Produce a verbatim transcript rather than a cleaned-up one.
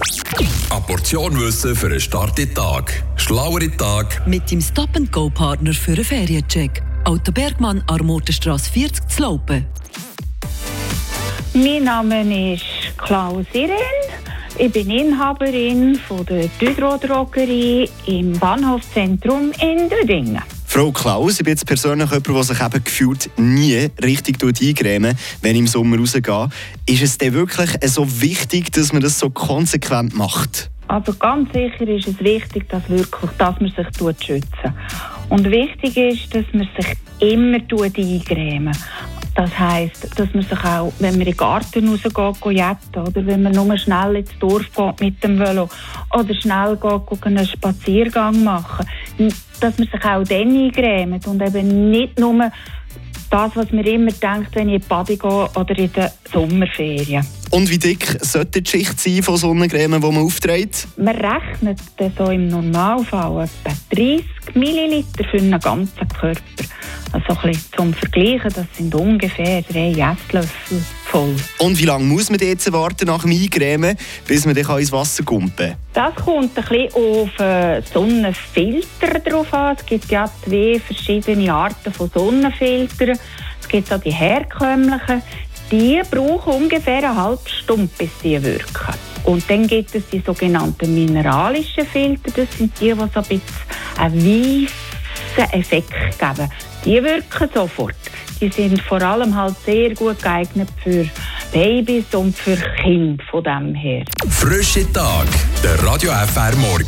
Eine Portion Wissen für einen starken Tag. Schlauere Tag. Mit dem Stop-and-Go-Partner für einen Feriencheck. Auto Bergmann, Armotenstrasse vierzig zu Laupen. Mein Name ist Klaus Irene. Ich bin Inhaberin von der Düdro-Drogerie im Bahnhofszentrum in Düdingen. Frau Klaus, ich bin jetzt persönlich jemand, der sich eben gefühlt nie richtig eingrämen, wenn ich im Sommer rausgehe. Ist es denn wirklich so wichtig, dass man das so konsequent macht? Also ganz sicher ist es wichtig, dass, wirklich, dass man sich schützen. Und wichtig ist, dass man sich immer eingrämen. Das heisst, dass man sich auch, wenn man in den Garten rausgeht, jetten, oder wenn man nur schnell ins Dorf geht mit dem Velo oder schnell geht, einen Spaziergang machen, dass man sich auch dann eingrämt und eben nicht nur das, was man immer denkt, wenn ich in die Bade gehe oder in den Sommerferien. Und wie dick sollte die Schicht sein von Sonnencreme, die man aufträgt? Man rechnet so im Normalfall etwa dreißig Milliliter für einen ganzen Körper. Also ein bisschen zum Vergleichen, das sind ungefähr drei Esslöffel voll. Und wie lange muss man jetzt warten nach dem Eingrämen, bis man dann ins Wasser kumpen kann? Das kommt ein bisschen auf äh, Sonnenfilter drauf an. Es gibt ja zwei verschiedene Arten von Sonnenfiltern. Es gibt auch die herkömmlichen. Die brauchen ungefähr eine halbe Stunde, bis sie wirken. Und dann gibt es die sogenannten mineralischen Filter. Das sind die, die so ein bisschen einen weißen Effekt geben. Die wirken sofort. Die sind vor allem halt sehr gut geeignet für Babys und für Kinder von dem her. Frische Tag, der Radio F R Morgen.